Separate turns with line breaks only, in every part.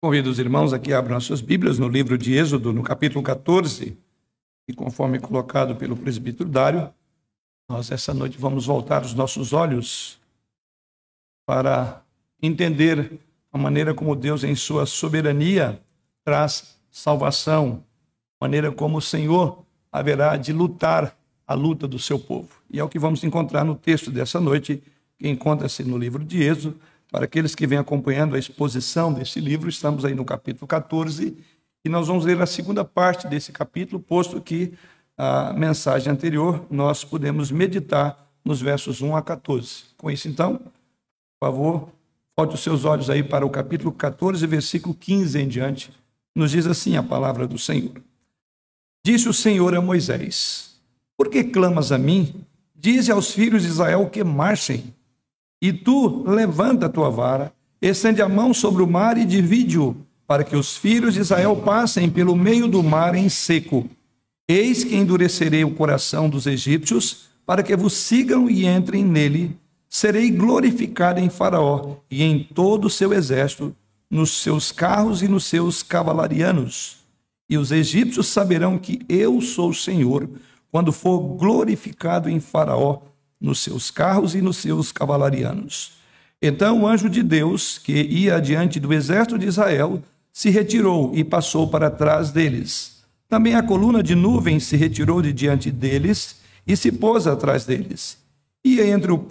Convido os irmãos aqui a abrir as suas Bíblias no livro de Êxodo, no capítulo 14, e conforme colocado pelo presbítero Dário, nós essa noite vamos voltar os nossos olhos para entender a maneira como Deus, em sua soberania, traz salvação, a maneira como o Senhor haverá de lutar a luta do seu povo. E é o que vamos encontrar no texto dessa noite, que encontra-se no livro de Êxodo. Para aqueles que vêm acompanhando a exposição desse livro, estamos aí no capítulo 14, e nós vamos ler a segunda parte desse capítulo, posto que a mensagem anterior nós podemos meditar nos versos 1 a 14. Com isso, então, por favor, volte os seus olhos aí para o capítulo 14, versículo 15 em diante. Nos diz assim a palavra do Senhor. Disse o Senhor a Moisés: por que clamas a mim? Dize aos filhos de Israel que marchem. E tu levanta a tua vara, estende a mão sobre o mar e divide-o, para que os filhos de Israel passem pelo meio do mar em seco. Eis que endurecerei o coração dos egípcios, para que vos sigam e entrem nele. Serei glorificado em Faraó e em todo o seu exército, nos seus carros e nos seus cavalarianos. E os egípcios saberão que eu sou o Senhor, quando for glorificado em Faraó, nos seus carros e nos seus cavalarianos. Então o anjo de Deus, que ia adiante do exército de Israel, se retirou e passou para trás deles. Também a coluna de nuvem se retirou de diante deles e se pôs atrás deles. Ia entre o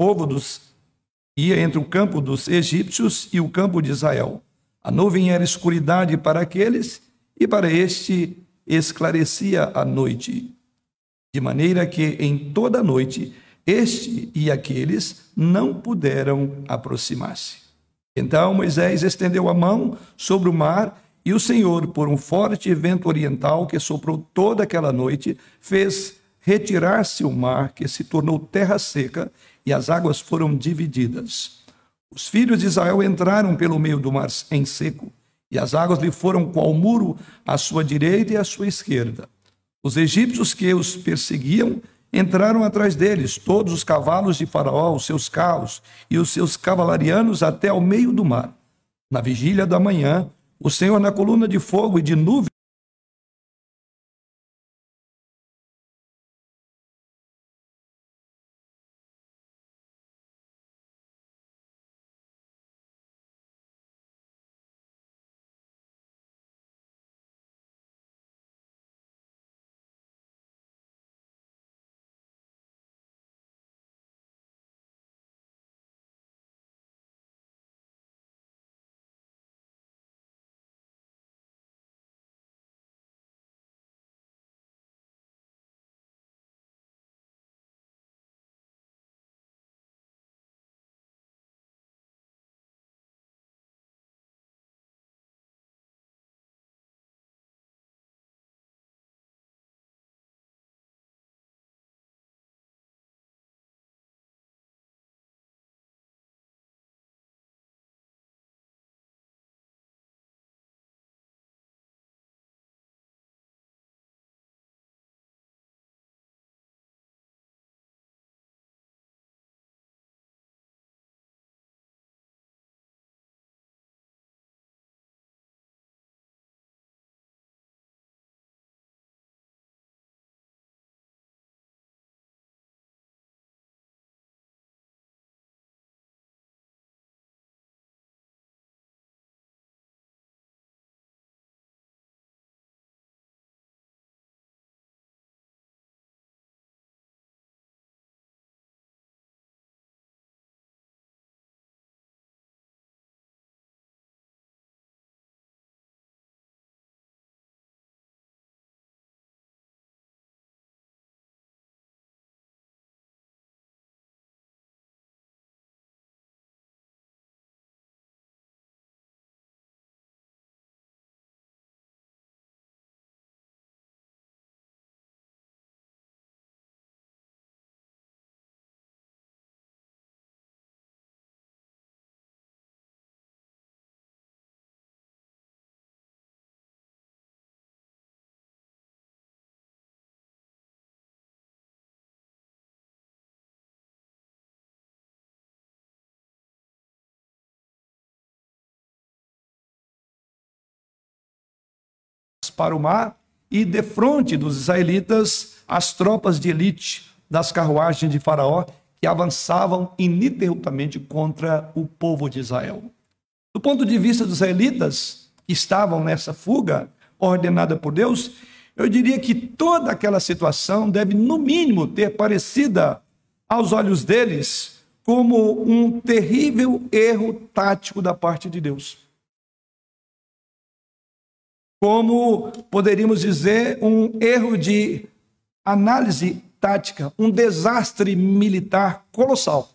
campo dos egípcios e o campo de Israel. A nuvem era escuridade para aqueles, e para este esclarecia a noite, de maneira que em toda a noite este e aqueles não puderam aproximar-se. Então Moisés estendeu a mão sobre o mar, e o Senhor, por um forte vento oriental que soprou toda aquela noite, fez retirar-se o mar, que se tornou terra seca, e as águas foram divididas. Os filhos de Israel entraram pelo meio do mar em seco, e as águas lhe foram qual muro à sua direita e à sua esquerda. Os egípcios que os perseguiam entraram atrás deles, todos os cavalos de Faraó, os seus carros e os seus cavalarianos até ao meio do mar. Na vigília da manhã, o Senhor, na coluna de fogo e de nuvem, para o mar e defronte dos israelitas as tropas de elite das carruagens de Faraó que avançavam ininterruptamente contra o povo de Israel. Do ponto de vista dos israelitas que estavam nessa fuga ordenada por Deus, eu diria que toda aquela situação deve, no mínimo, ter parecida aos olhos deles como um terrível erro tático da parte de Deus. Como poderíamos dizer, um erro de análise tática, um desastre militar colossal.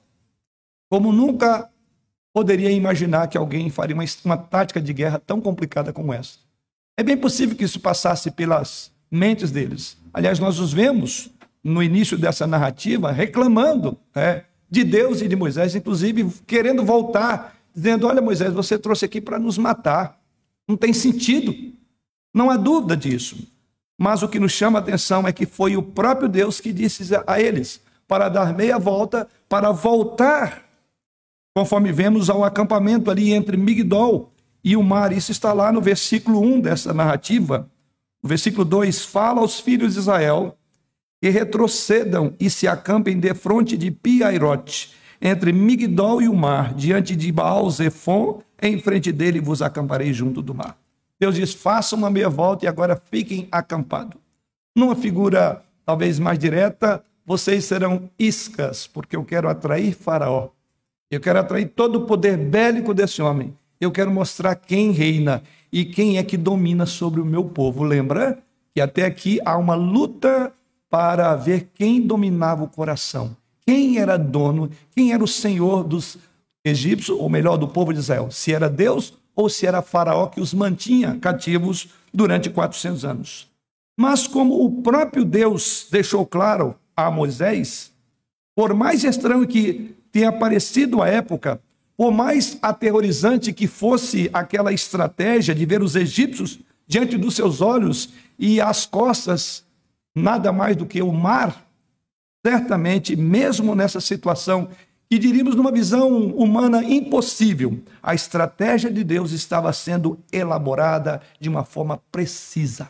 Como nunca poderia imaginar que alguém faria uma tática de guerra tão complicada como essa. É bem possível que isso passasse pelas mentes deles. Aliás, nós os vemos no início dessa narrativa reclamando de Deus e de Moisés, inclusive querendo voltar, dizendo: olha, Moisés, você trouxe aqui para nos matar. Não tem sentido. Não há dúvida disso. Mas o que nos chama a atenção é que foi o próprio Deus que disse a eles para dar meia volta, para voltar, conforme vemos, ao acampamento ali entre Migdol e o mar. Isso está lá no versículo 1 dessa narrativa. O versículo 2 fala aos filhos de Israel que retrocedam e se acampem defronte de Pi-Hairote, entre Migdol e o mar, diante de Baal-Zephon, em frente dele vos acamparei junto do mar. Deus diz: façam uma meia volta e agora fiquem acampados. Numa figura talvez mais direta, vocês serão iscas, porque eu quero atrair Faraó. Eu quero atrair todo o poder bélico desse homem. Eu quero mostrar quem reina e quem é que domina sobre o meu povo. Lembra que até aqui há uma luta para ver quem dominava o coração. Quem era dono, quem era o senhor dos egípcios, ou melhor, do povo de Israel. Se era Deus ou se era Faraó que os mantinha cativos durante 400 anos. Mas como o próprio Deus deixou claro a Moisés, por mais estranho que tenha parecido à época, por mais aterrorizante que fosse aquela estratégia de ver os egípcios diante dos seus olhos e às costas nada mais do que o mar, certamente, mesmo nessa situação que diríamos numa visão humana impossível, a estratégia de Deus estava sendo elaborada de uma forma precisa.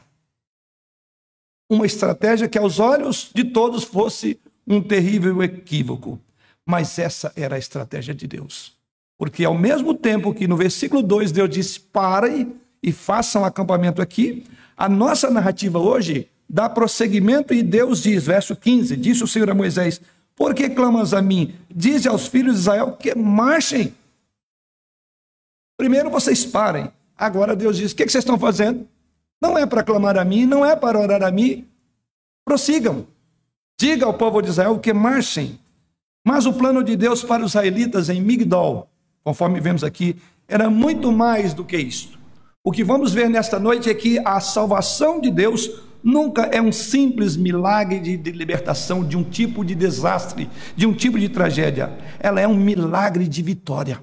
Uma estratégia que aos olhos de todos fosse um terrível equívoco. Mas essa era a estratégia de Deus. Porque ao mesmo tempo que no versículo 2 Deus disse: parem e façam acampamento aqui, a nossa narrativa hoje dá prosseguimento e Deus diz, verso 15, disse o Senhor a Moisés: por que clamas a mim? Dize aos filhos de Israel que marchem. Primeiro vocês parem. Agora Deus diz: o que vocês estão fazendo? Não é para clamar a mim, não é para orar a mim. Prossigam. Diga ao povo de Israel que marchem. Mas o plano de Deus para os israelitas em Migdol, conforme vemos aqui, era muito mais do que isto. O que vamos ver nesta noite é que a salvação de Deus nunca é um simples milagre de libertação de um tipo de desastre, de um tipo de tragédia. Ela é um milagre de vitória.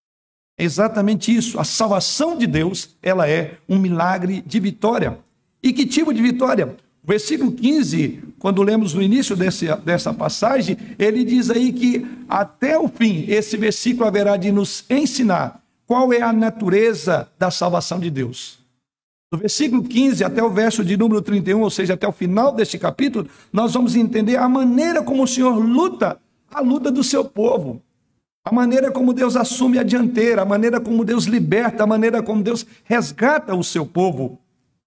É exatamente isso. A salvação de Deus, ela é um milagre de vitória. E que tipo de vitória? O versículo 15, quando lemos no início dessa passagem, ele diz aí que até o fim, esse versículo haverá de nos ensinar qual é a natureza da salvação de Deus. Do versículo 15 até o verso de número 31, ou seja, até o final deste capítulo, nós vamos entender a maneira como o Senhor luta a luta do seu povo. A maneira como Deus assume a dianteira, a maneira como Deus liberta, a maneira como Deus resgata o seu povo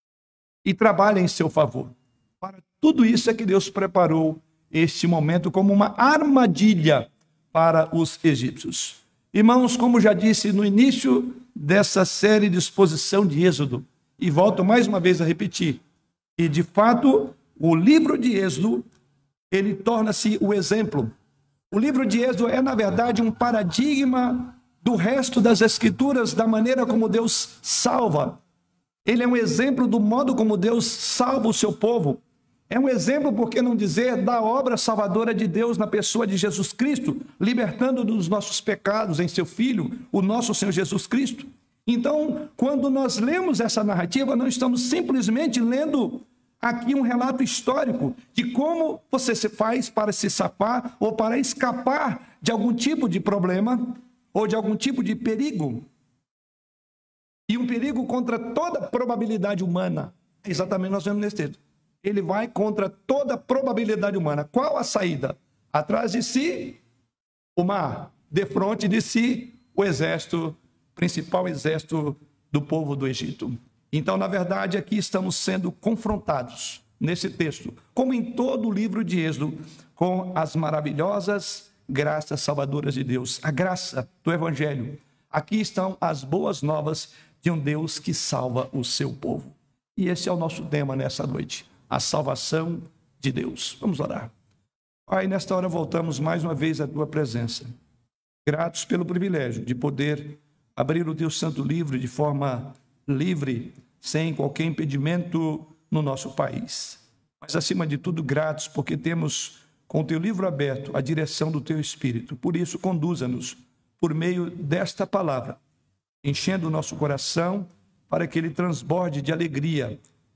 e trabalha em seu favor. Para tudo isso é que Deus preparou este momento como uma armadilha para os egípcios. Irmãos, como já disse no início dessa série de exposição de Êxodo, e volto mais uma vez a repetir, e de fato o livro de Êxodo, ele torna-se o exemplo. O livro de Êxodo é, na verdade, um paradigma do resto das Escrituras, da maneira como Deus salva. Ele é um exemplo do modo como Deus salva o seu povo. É um exemplo, por que não dizer, da obra salvadora de Deus na pessoa de Jesus Cristo, libertando dos nossos pecados em seu Filho, o nosso Senhor Jesus Cristo. Então, quando nós lemos essa narrativa, não estamos simplesmente lendo aqui um relato histórico de como você se faz para se safar ou para escapar de algum tipo de problema ou de algum tipo de perigo. E um perigo contra toda probabilidade humana. Exatamente, nós vemos nesse texto. Ele vai contra toda a probabilidade humana. Qual a saída? Atrás de si, o mar. Defronte de si, o exército, principal exército do povo do Egito. Então, na verdade, aqui estamos sendo confrontados, nesse texto, como em todo o livro de Êxodo, com as maravilhosas graças salvadoras de Deus, a graça do Evangelho. Aqui estão as boas novas de um Deus que salva o seu povo. E esse é o nosso tema nessa noite, a salvação de Deus. Vamos orar. Pai, nesta hora voltamos mais uma vez à tua presença, gratos pelo privilégio de poder abrir o teu santo livro de forma livre, sem qualquer impedimento no nosso país. Mas, acima de tudo, gratos porque temos, com o teu livro aberto, a direção do teu Espírito. Por isso, conduza-nos por meio desta palavra, enchendo o nosso coração para que ele transborde de alegria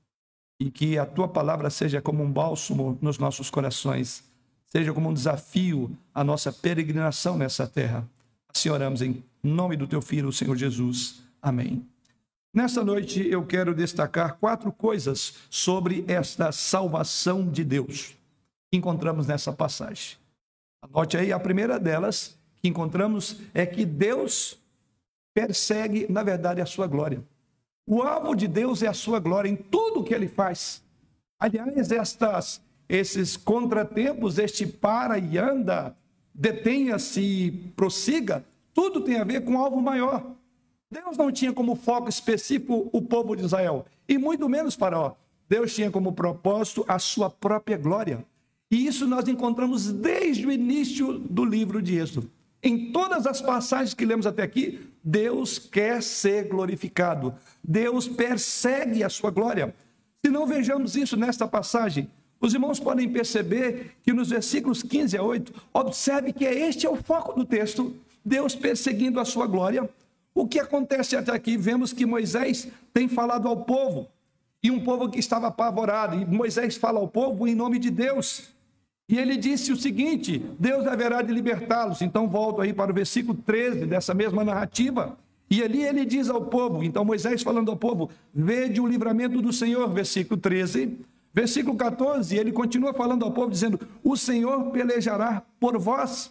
e que a tua palavra seja como um bálsamo nos nossos corações, seja como um desafio à nossa peregrinação nessa terra. Assim oramos em nome do teu Filho, o Senhor Jesus. Amém. Nessa noite eu quero destacar 4 coisas sobre esta salvação de Deus que encontramos nessa passagem. Anote aí, a primeira delas que encontramos é que Deus persegue, na verdade, a sua glória. O alvo de Deus é a sua glória em tudo que ele faz. Aliás, esses contratempos, este para e anda, detenha-se e prossiga, tudo tem a ver com algo maior. Deus não tinha como foco específico o povo de Israel, e muito menos Faraó. Deus tinha como propósito a sua própria glória. E isso nós encontramos desde o início do livro de Êxodo. Em todas as passagens que lemos até aqui, Deus quer ser glorificado. Deus persegue a sua glória. Se não vejamos isso nesta passagem, os irmãos podem perceber que nos versículos 15 a 8, observe que este é o foco do texto, Deus perseguindo a sua glória. O que acontece até aqui? Vemos que Moisés tem falado ao povo, e um povo que estava apavorado, e Moisés fala ao povo em nome de Deus. E ele disse o seguinte: Deus haverá de libertá-los. Então volto aí para o versículo 13 dessa mesma narrativa. E ali ele diz ao povo, então Moisés falando ao povo, vede o livramento do Senhor, versículo 13. Versículo 14, ele continua falando ao povo, dizendo, o Senhor pelejará por vós.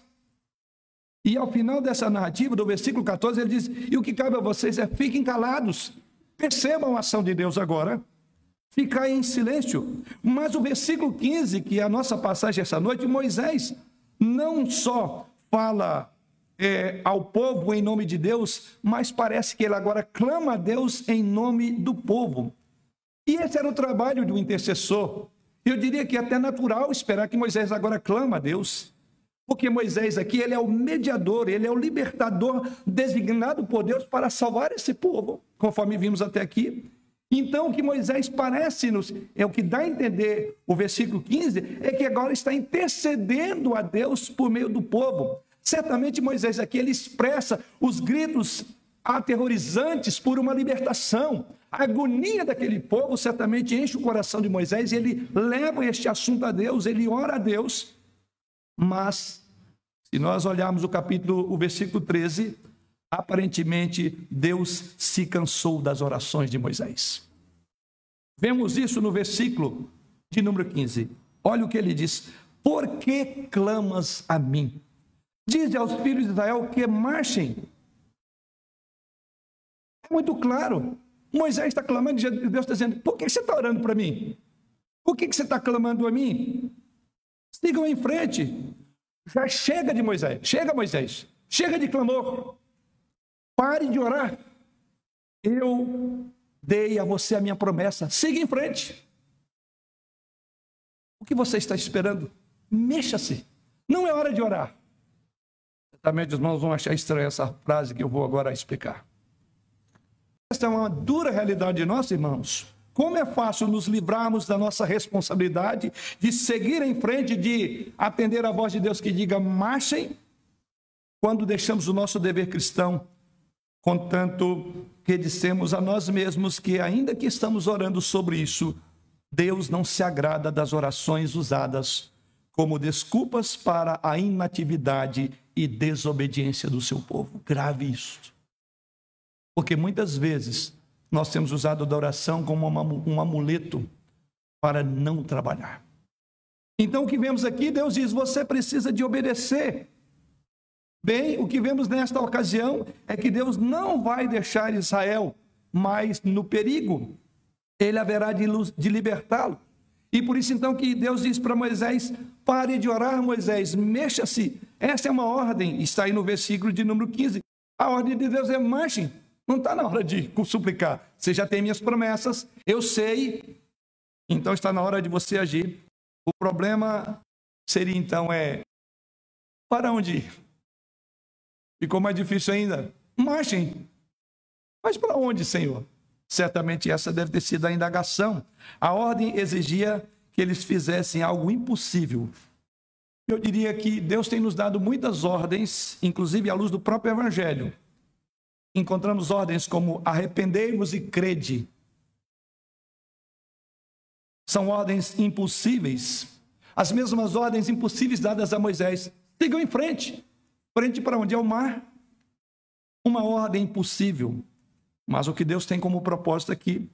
E ao final dessa narrativa, do versículo 14, ele diz, e o que cabe a vocês é, fiquem calados. Percebam a ação de Deus agora. Ficar em silêncio. Mas o versículo 15, que é a nossa passagem essa noite, Moisés não só fala ao povo em nome de Deus, mas parece que ele agora clama a Deus em nome do povo. E esse era o trabalho do intercessor. Eu diria que é até natural esperar que Moisés agora clama a Deus, porque Moisés aqui, ele é o mediador, ele é o libertador designado por Deus para salvar esse povo, conforme vimos até aqui. Então, o que Moisés parece-nos, é o que dá a entender o versículo 15, é que agora está intercedendo a Deus por meio do povo. Certamente Moisés aqui, ele expressa os gritos aterrorizantes por uma libertação. A agonia daquele povo certamente enche o coração de Moisés e ele leva este assunto a Deus, ele ora a Deus. Mas, se nós olharmos o versículo 13, aparentemente Deus se cansou das orações de Moisés. Vemos isso no versículo de número 15. Olha o que ele diz: por que clamas a mim? Dize aos filhos de Israel que marchem. É muito claro. Moisés está clamando diante de Deus, está dizendo, por que você está orando para mim? Por que você está clamando a mim? Sigam em frente. Já chega de Moisés. Chega, Moisés. Chega de clamor. Pare de orar. Eu dei a você a minha promessa. Siga em frente. O que você está esperando? Mexa-se. Não é hora de orar. Certamente os irmãos vão achar estranha essa frase que eu vou agora explicar. Esta é uma dura realidade nossa, irmãos. Como é fácil nos livrarmos da nossa responsabilidade de seguir em frente, de atender a voz de Deus que diga marchem, quando deixamos o nosso dever cristão, contanto que dissemos a nós mesmos que, ainda que estamos orando sobre isso, Deus não se agrada das orações usadas como desculpas para a inatividade e desobediência do seu povo. Grave isso. Porque muitas vezes nós temos usado da oração como um amuleto para não trabalhar. Então, o que vemos aqui, Deus diz, você precisa de obedecer. Bem, o que vemos nesta ocasião é que Deus não vai deixar Israel mais no perigo. Ele haverá de libertá-lo. E por isso, então, que Deus diz para Moisés, pare de orar, Moisés, mexa-se. Essa é uma ordem, está aí no versículo de número 15. A ordem de Deus é marche. Não está na hora de suplicar. Você já tem minhas promessas, eu sei, então está na hora de você agir. O problema seria, então, para onde ir? Ficou mais difícil ainda. Marchem. Mas para onde, Senhor? Certamente essa deve ter sido a indagação. A ordem exigia que eles fizessem algo impossível. Eu diria que Deus tem nos dado muitas ordens, inclusive à luz do próprio Evangelho. Encontramos ordens como arrependei-vos e crede. São ordens impossíveis. As mesmas ordens impossíveis dadas a Moisés. Sigam em frente. Frente para onde? Ao mar. Uma ordem impossível. Mas o que Deus tem como propósito aqui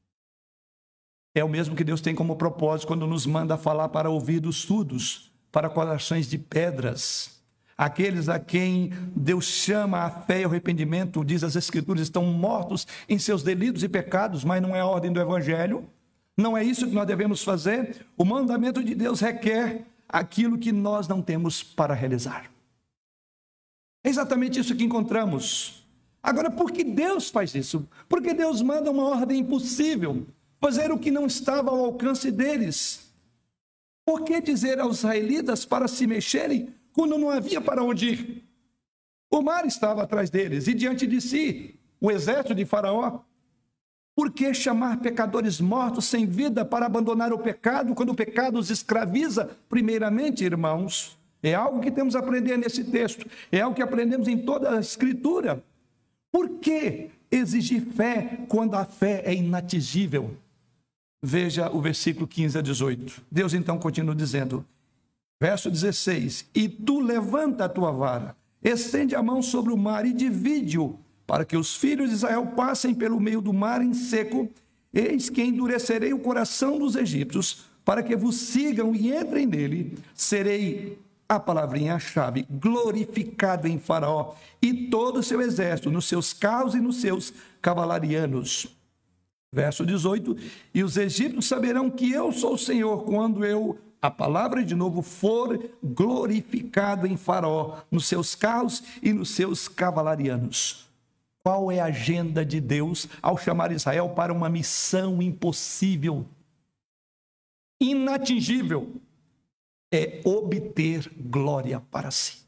é o mesmo que Deus tem como propósito quando nos manda falar para ouvidos surdos, para corações de pedras. Aqueles a quem Deus chama a fé e o arrependimento, diz as Escrituras, estão mortos em seus delitos e pecados, mas não é a ordem do Evangelho. Não é isso que nós devemos fazer. O mandamento de Deus requer aquilo que nós não temos para realizar. É exatamente isso que encontramos. Agora, por que Deus faz isso? Porque Deus manda uma ordem impossível, fazer o que não estava ao alcance deles. Por que dizer aos israelitas para se mexerem quando não havia para onde ir? O mar estava atrás deles e diante de si o exército de Faraó. Por que chamar pecadores mortos sem vida para abandonar o pecado quando o pecado os escraviza? Primeiramente, irmãos, é algo que temos a aprender nesse texto, é algo que aprendemos em toda a Escritura. Por que exigir fé quando a fé é inatingível? Veja o versículo 15 a 18. Deus então continua dizendo, verso 16, e tu levanta a tua vara, estende a mão sobre o mar e divide-o, para que os filhos de Israel passem pelo meio do mar em seco. Eis que endurecerei o coração dos egípcios, para que vos sigam e entrem nele. Serei, a palavrinha-chave, glorificado em Faraó e todo o seu exército, nos seus carros e nos seus cavalarianos. Verso 18, e os egípcios saberão que eu sou o Senhor, quando eu, a palavra de novo, for glorificado em Faraó, nos seus carros e nos seus cavalarianos. Qual é a agenda de Deus ao chamar Israel para uma missão impossível, inatingível? É obter glória para si.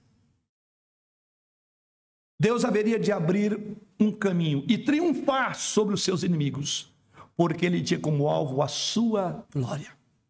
Deus haveria de abrir um caminho e triunfar sobre os seus inimigos, porque ele tinha como alvo a sua glória.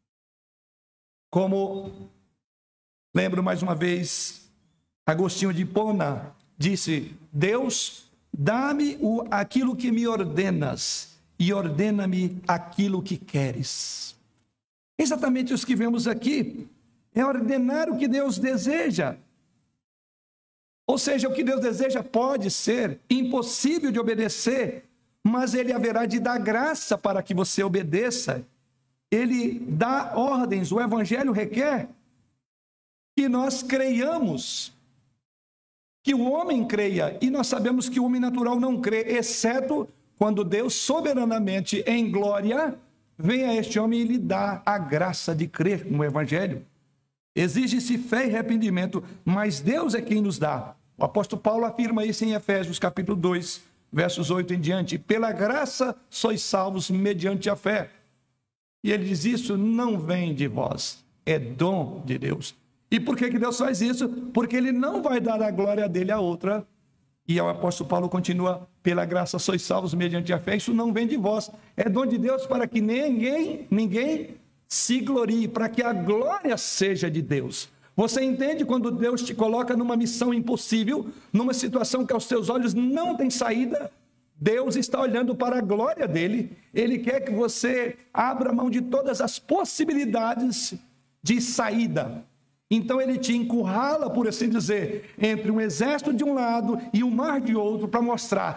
Como, lembro mais uma vez, Agostinho de Hipona disse, Deus, dá-me aquilo que me ordenas e ordena-me aquilo que queres. Exatamente isso que vemos aqui. É ordenar o que Deus deseja. Ou seja, o que Deus deseja pode ser impossível de obedecer, mas Ele haverá de dar graça para que você obedeça. Ele dá ordens, o Evangelho requer que nós creiamos, que o homem creia, e nós sabemos que o homem natural não crê, exceto quando Deus soberanamente, em glória, vem a este homem e lhe dá a graça de crer no Evangelho. Exige-se fé e arrependimento, mas Deus é quem nos dá. O apóstolo Paulo afirma isso em Efésios, capítulo 2, versos 8 em diante. Pela graça sois salvos mediante a fé. E ele diz, isso não vem de vós, é dom de Deus. E por que Deus faz isso? Porque ele não vai dar a glória dele a outra. E o apóstolo Paulo continua, pela graça sois salvos mediante a fé. Isso não vem de vós, é dom de Deus para que ninguém se glorie, para que a glória seja de Deus. Você entende quando Deus te coloca numa missão impossível, numa situação que aos teus olhos não tem saída? Deus está olhando para a glória dele. Ele quer que você abra mão de todas as possibilidades de saída. Então ele te encurrala, por assim dizer, entre um exército de um lado e um mar de outro, para mostrar,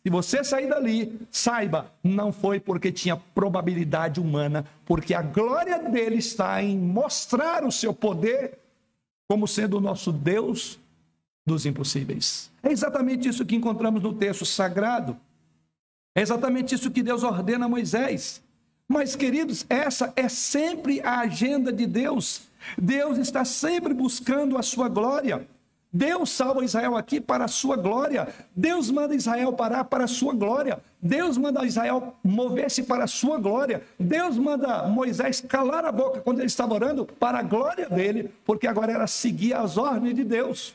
Se você sair dali, saiba, não foi porque tinha probabilidade humana, porque a glória dele está em mostrar o seu poder como sendo o nosso Deus dos impossíveis. É exatamente isso que encontramos no texto sagrado. É exatamente isso que Deus ordena a Moisés. Mas, queridos, essa é sempre a agenda de Deus. Deus está sempre buscando a sua glória. Deus salva Israel aqui para a sua glória. Deus manda Israel parar para a sua glória. Deus manda Israel mover-se para a sua glória. Deus manda Moisés calar a boca quando ele estava orando para a glória dele, porque agora era seguir as ordens de Deus.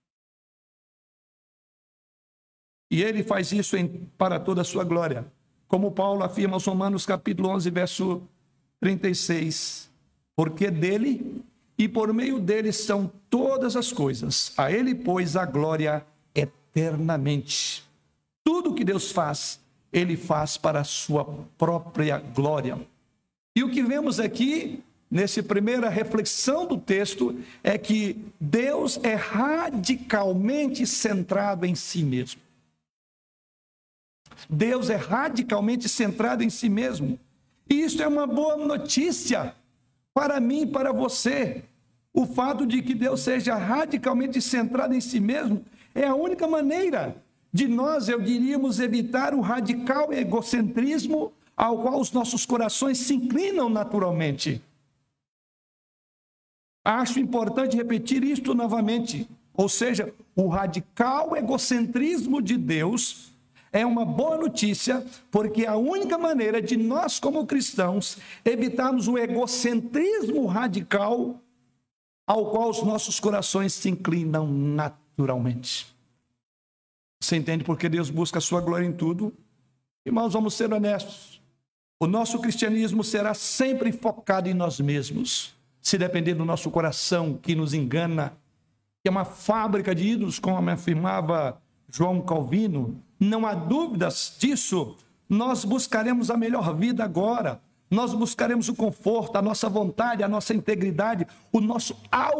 E ele faz isso para toda a sua glória. Como Paulo afirma aos Romanos capítulo 11, verso 36. Porque dele e por meio dele são todas as coisas. A ele, pois, a glória eternamente. Tudo que Deus faz, ele faz para a sua própria glória. E o que vemos aqui, nessa primeira reflexão do texto, é que Deus é radicalmente centrado em si mesmo. Deus é radicalmente centrado em si mesmo. E isso é uma boa notícia para mim e para você. O fato de que Deus seja radicalmente centrado em si mesmo é a única maneira de nós, eu diríamos, evitar o radical egocentrismo ao qual os nossos corações se inclinam naturalmente. Acho importante repetir isto novamente. Ou seja, o radical egocentrismo de Deus é uma boa notícia, porque a única maneira de nós, como cristãos, evitarmos o egocentrismo radical ao qual os nossos corações se inclinam naturalmente. Você entende porque Deus busca a sua glória em tudo? Irmãos, vamos ser honestos. O nosso cristianismo será sempre focado em nós mesmos, se depender do nosso coração que nos engana, que é uma fábrica de ídolos, como afirmava João Calvino. Não há dúvidas disso. Nós buscaremos a melhor vida agora. Nós buscaremos o conforto, a nossa vontade, a nossa integridade, o nosso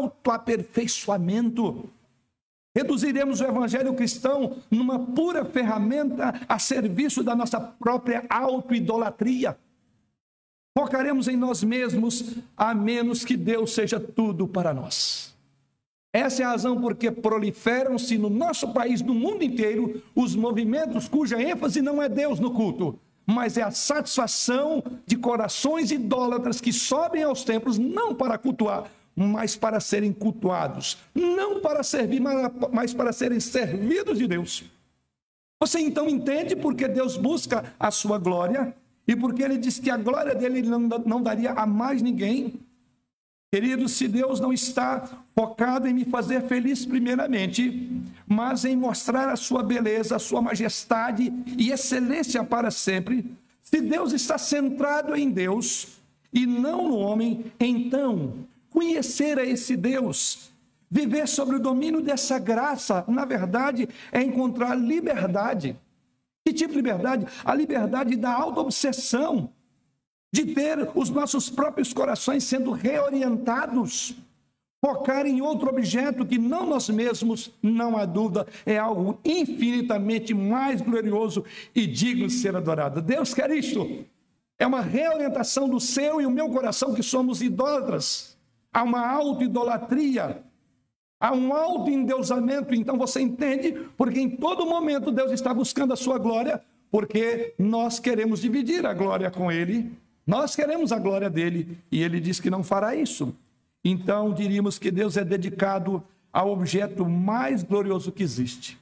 autoaperfeiçoamento. Reduziremos o evangelho cristão numa pura ferramenta a serviço da nossa própria autoidolatria. Focaremos em nós mesmos, a menos que Deus seja tudo para nós. Essa é a razão porque proliferam-se no nosso país, no mundo inteiro, os movimentos cuja ênfase não é Deus no culto, mas é a satisfação de corações idólatras que sobem aos templos não para cultuar, mas para serem cultuados, não para servir, mas para serem servidos de Deus. Você então entende porque Deus busca a sua glória e porque ele diz que a glória dele ele não daria a mais ninguém? Queridos, se Deus não está focado em me fazer feliz primeiramente, mas em mostrar a sua beleza, a sua majestade e excelência para sempre, se Deus está centrado em Deus e não no homem, então conhecer a esse Deus, viver sob o domínio dessa graça, na verdade, é encontrar liberdade. Que tipo de liberdade? A liberdade da autoobsessão, de ter os nossos próprios corações sendo reorientados, focar em outro objeto que não nós mesmos, não há dúvida, é algo infinitamente mais glorioso e digno de ser adorado. Deus quer isto. É uma reorientação do seu e o meu coração, que somos idólatras. Há uma auto-idolatria, há um auto-endeusamento. Então você entende porque em todo momento Deus está buscando a sua glória, porque nós queremos dividir a glória com Ele. Nós queremos a glória dele e ele diz que não fará isso. Então diríamos que Deus é dedicado ao objeto mais glorioso que existe.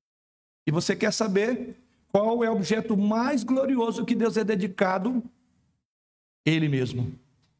E você quer saber qual é o objeto mais glorioso que Deus é dedicado? Ele mesmo.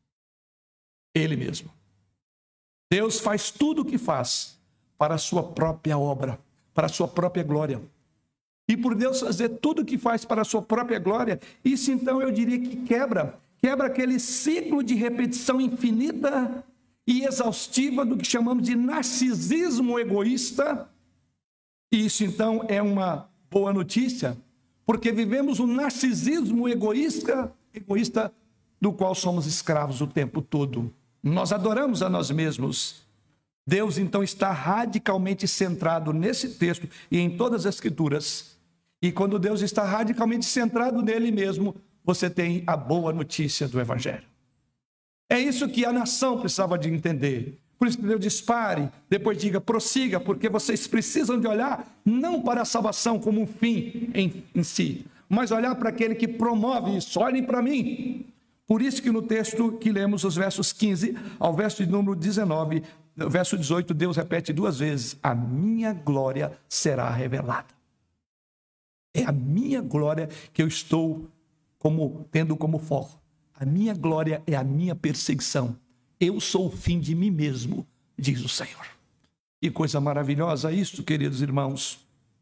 Ele mesmo. Deus faz tudo o que faz para a sua própria obra, para a sua própria glória. E por Deus fazer tudo o que faz para a sua própria glória, isso então eu diria que quebra aquele ciclo de repetição infinita e exaustiva do que chamamos de narcisismo egoísta. E isso então é uma boa notícia, porque vivemos um narcisismo egoísta do qual somos escravos o tempo todo. Nós adoramos a nós mesmos. Deus então está radicalmente centrado nesse texto e em todas as escrituras. E quando Deus está radicalmente centrado nele mesmo, você tem a boa notícia do Evangelho. É isso que a nação precisava de entender. Por isso que Deus diz, pare, depois diga, prossiga, porque vocês precisam de olhar não para a salvação como um fim em si, mas olhar para aquele que promove isso. Olhem para mim. Por isso que no texto que lemos, os versos 15 ao verso de número 19, verso 18, Deus repete 2 vezes, a minha glória será revelada. É a minha glória que eu estou tendo como foco. A minha glória é a minha perseguição. Eu sou o fim de mim mesmo, diz o Senhor. Que coisa maravilhosa isso, queridos irmãos.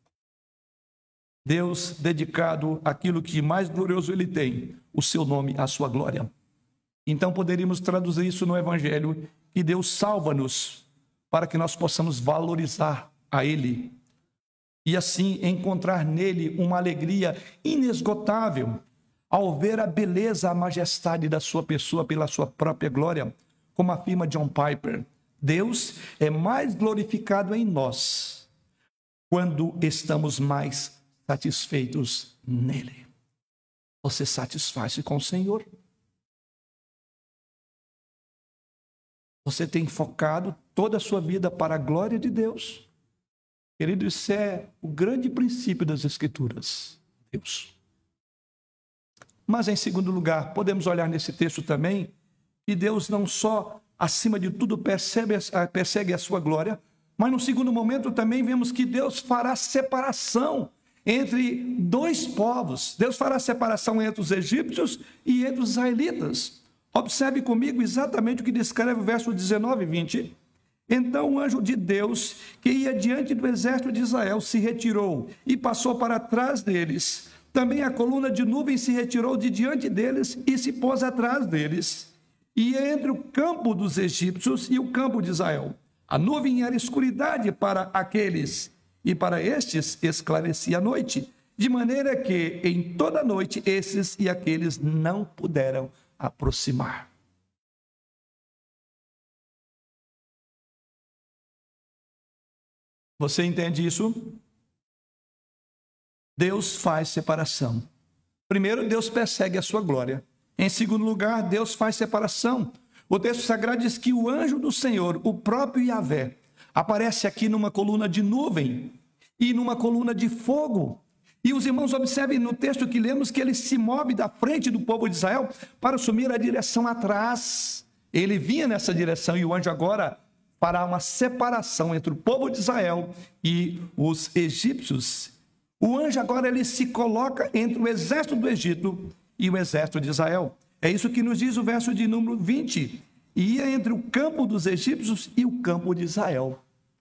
Deus dedicado àquilo que mais glorioso Ele tem, o seu nome, a sua glória. Então poderíamos traduzir isso no Evangelho, que Deus salva-nos para que nós possamos valorizar a Ele e assim encontrar nele uma alegria inesgotável ao ver a beleza, a majestade da sua pessoa pela sua própria glória. Como afirma John Piper, Deus é mais glorificado em nós quando estamos mais satisfeitos nele. Você satisfaz-se com o Senhor? Você tem focado toda a sua vida para a glória de Deus? Querido, isso é o grande princípio das Escrituras. Deus. Mas, em segundo lugar, podemos olhar nesse texto também que Deus não só, acima de tudo, persegue a sua glória, mas, no segundo momento, também vemos que Deus fará separação entre 2 povos. Deus fará separação entre os egípcios e entre os israelitas. Observe comigo exatamente o que descreve o verso 19 e 20. Então o anjo de Deus, que ia diante do exército de Israel, se retirou e passou para trás deles. Também a coluna de nuvem se retirou de diante deles e se pôs atrás deles. E entre o campo dos egípcios e o campo de Israel. A nuvem era escuridade para aqueles, e para estes esclarecia a noite, de maneira que em toda a noite esses e aqueles não puderam aproximar. Você entende isso? Deus faz separação. Primeiro, Deus persegue a sua glória. Em segundo lugar, Deus faz separação. O texto sagrado diz que o anjo do Senhor, o próprio Yahvé, aparece aqui numa coluna de nuvem e numa coluna de fogo. E os irmãos observem no texto que lemos que ele se move da frente do povo de Israel para assumir a direção atrás. Ele vinha nessa direção e o anjo agora fará uma separação entre o povo de Israel e os egípcios. O anjo agora ele se coloca entre o exército do Egito e o exército de Israel. É isso que nos diz o verso de número 20. E ia entre o campo dos egípcios e o campo de Israel.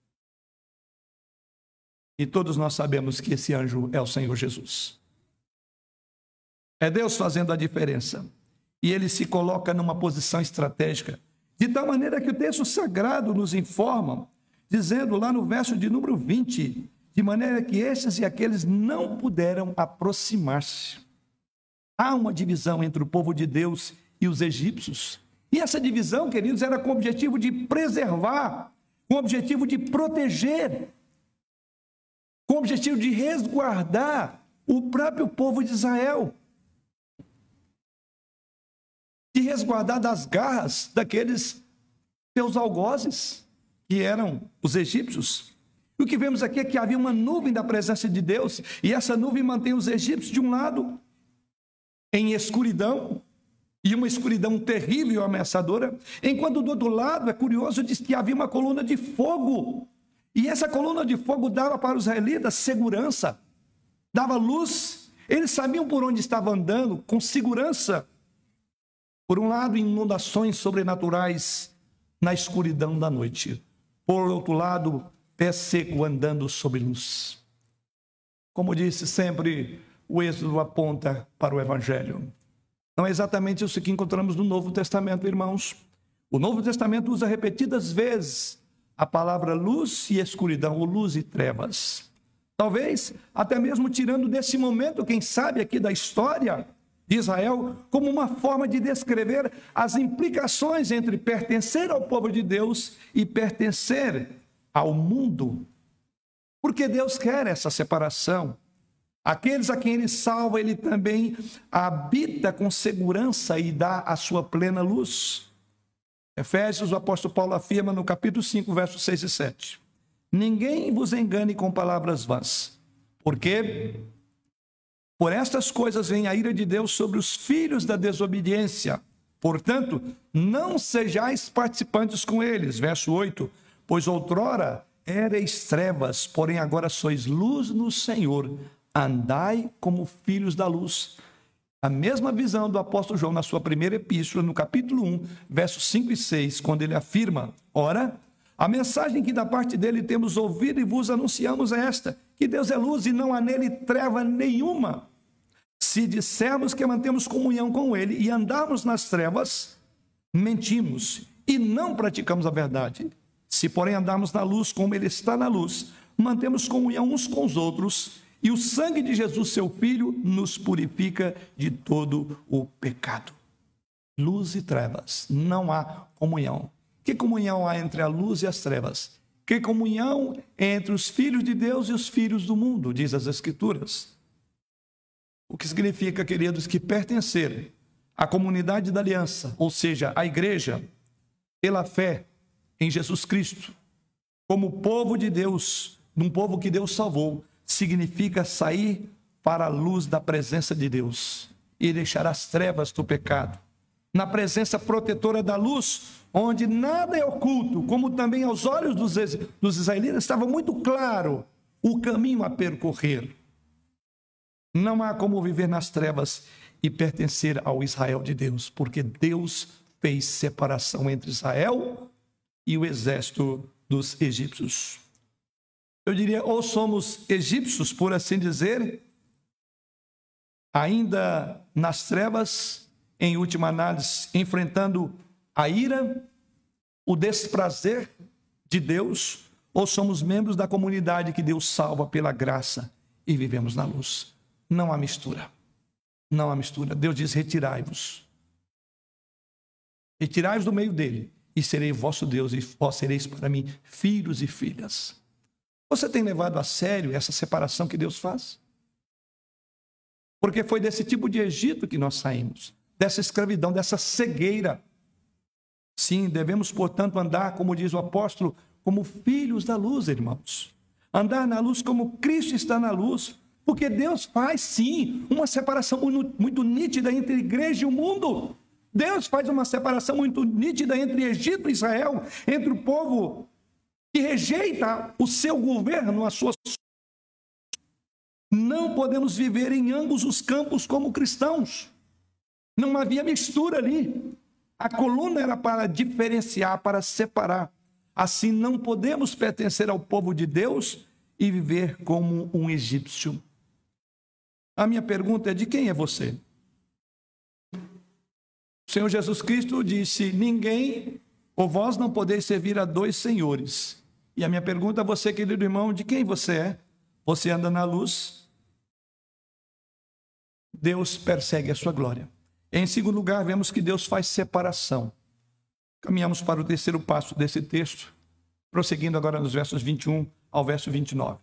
E todos nós sabemos que esse anjo é o Senhor Jesus. É Deus fazendo a diferença. E ele se coloca numa posição estratégica, de tal maneira que o texto sagrado nos informa, dizendo lá no verso de número 20, de maneira que estes e aqueles não puderam aproximar-se. Há uma divisão entre o povo de Deus e os egípcios. E essa divisão, queridos, era com o objetivo de preservar, com o objetivo de proteger, com o objetivo de resguardar o próprio povo de Israel, de resguardar das garras daqueles seus algozes, que eram os egípcios. E o que vemos aqui é que havia uma nuvem da presença de Deus, e essa nuvem mantém os egípcios de um lado em escuridão, e uma escuridão terrível e ameaçadora, enquanto do outro lado, é curioso, diz que havia uma coluna de fogo, e essa coluna de fogo dava para os israelitas segurança, dava luz, eles sabiam por onde estavam andando com segurança. Por um lado, inundações sobrenaturais na escuridão da noite, por outro lado, pé seco andando sob luz. Como disse sempre, o Êxodo aponta para o Evangelho. Não é exatamente isso que encontramos no Novo Testamento, irmãos. O Novo Testamento usa repetidas vezes a palavra luz e escuridão, ou luz e trevas. Talvez até mesmo tirando desse momento, quem sabe aqui da história de Israel, como uma forma de descrever as implicações entre pertencer ao povo de Deus e pertencer ao mundo. Porque Deus quer essa separação. Aqueles a quem ele salva, ele também habita com segurança e dá a sua plena luz. Efésios, o apóstolo Paulo afirma no capítulo 5, versos 6 e 7. Ninguém vos engane com palavras vãs, porque por estas coisas vem a ira de Deus sobre os filhos da desobediência. Portanto, não sejais participantes com eles. Verso 8. Pois outrora ereis trevas, porém agora sois luz no Senhor. Andai como filhos da luz. A mesma visão do apóstolo João na sua primeira epístola, no capítulo 1, versos 5 e 6, quando ele afirma: ora, a mensagem que da parte dele temos ouvido e vos anunciamos é esta, que Deus é luz e não há nele treva nenhuma. Se dissermos que mantemos comunhão com ele e andarmos nas trevas, mentimos e não praticamos a verdade. Se, porém, andarmos na luz como ele está na luz, mantemos comunhão uns com os outros, e o sangue de Jesus, seu Filho, nos purifica de todo o pecado. Luz e trevas, não há comunhão. Que comunhão há entre a luz e as trevas? Que comunhão entre os filhos de Deus e os filhos do mundo, diz as Escrituras. O que significa, queridos, que pertencer à comunidade da aliança, ou seja, à igreja, pela fé em Jesus Cristo, como povo de Deus, de um povo que Deus salvou, significa sair para a luz da presença de Deus e deixar as trevas do pecado. Na presença protetora da luz, onde nada é oculto, como também aos olhos dos israelitas estava muito claro o caminho a percorrer. Não há como viver nas trevas e pertencer ao Israel de Deus, porque Deus fez separação entre Israel e o exército dos egípcios. Eu diria, ou somos egípcios, por assim dizer, ainda nas trevas, em última análise, enfrentando a ira, o desprazer de Deus, ou somos membros da comunidade que Deus salva pela graça e vivemos na luz. Não há mistura. Não há mistura. Deus diz: retirai-vos. Retirai-vos do meio dele, e serei vosso Deus, e vós sereis para mim filhos e filhas. Você tem levado a sério essa separação que Deus faz? Porque foi desse tipo de Egito que nós saímos, dessa escravidão, dessa cegueira. Sim, devemos, portanto, andar, como diz o apóstolo, como filhos da luz, irmãos. Andar na luz como Cristo está na luz, porque Deus faz, sim, uma separação muito nítida entre a igreja e o mundo. Deus faz uma separação muito nítida entre Egito e Israel, entre o povo que rejeita o seu governo, a sua... Não podemos viver em ambos os campos como cristãos. Não havia mistura ali. A coluna era para diferenciar, para separar. Assim, não podemos pertencer ao povo de Deus e viver como um egípcio. A minha pergunta é: de quem é você? O Senhor Jesus Cristo disse: ninguém ou vós não podeis servir a dois senhores. E a minha pergunta a você, querido irmão: de quem você é? Você anda na luz? Deus persegue a sua glória. Em segundo lugar, vemos que Deus faz separação. Caminhamos para o terceiro passo desse texto, prosseguindo agora nos versos 21 ao verso 29.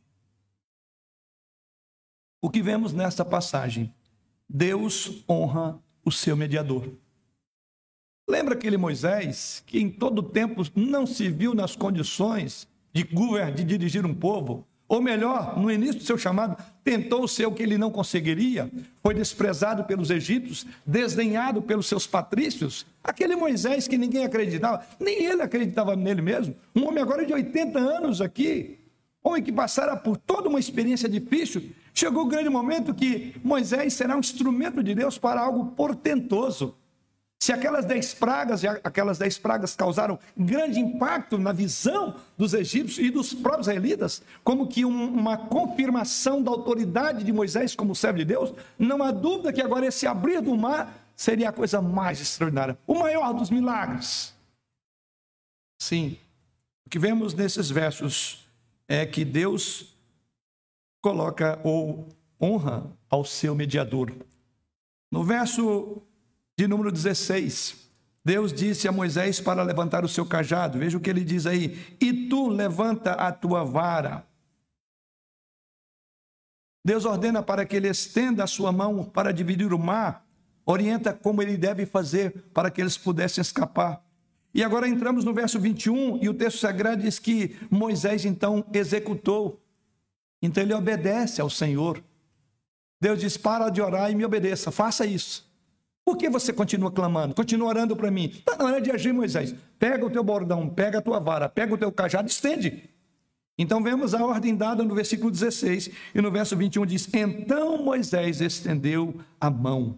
O que vemos nesta passagem? Deus honra o seu mediador. Lembra aquele Moisés que em todo tempo não se viu nas condições de dirigir um povo? Ou melhor, no início do seu chamado, tentou ser o que ele não conseguiria, foi desprezado pelos egípcios, desdenhado pelos seus patrícios. Aquele Moisés que ninguém acreditava, nem ele acreditava nele mesmo. Um homem agora de 80 anos aqui, homem que passara por toda uma experiência difícil. Chegou o grande momento que Moisés será um instrumento de Deus para algo portentoso. Se aquelas 10 pragas causaram grande impacto na visão dos egípcios e dos próprios israelitas, como que uma confirmação da autoridade de Moisés como servo de Deus, não há dúvida que agora esse abrir do mar seria a coisa mais extraordinária, o maior dos milagres. Sim, o que vemos nesses versos é que Deus coloca ou honra ao seu mediador. No verso de número 16, Deus disse a Moisés para levantar o seu cajado. Veja o que ele diz aí: e tu levanta a tua vara. Deus ordena para que ele estenda a sua mão para dividir o mar, orienta como ele deve fazer para que eles pudessem escapar. E agora entramos no verso 21, e o texto sagrado diz que Moisés então executou. Então ele obedece ao Senhor. Deus diz: para de orar e me obedeça, faça isso. Por que você continua clamando? Continua orando para mim? Está na hora de agir, Moisés. Pega o teu bordão, pega a tua vara, pega o teu cajado, estende. Então vemos a ordem dada no versículo 16, e no verso 21 diz: então Moisés estendeu a mão.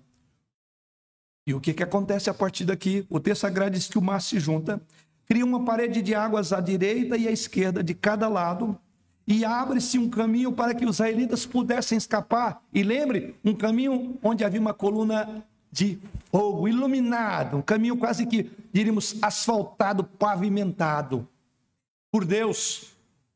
E o que acontece a partir daqui? O texto sagrado diz que o mar se junta, cria uma parede de águas à direita e à esquerda de cada lado, e abre-se um caminho para que os israelitas pudessem escapar. E lembre, um caminho onde havia uma coluna de fogo iluminado, um caminho quase que, diríamos, asfaltado, pavimentado por Deus.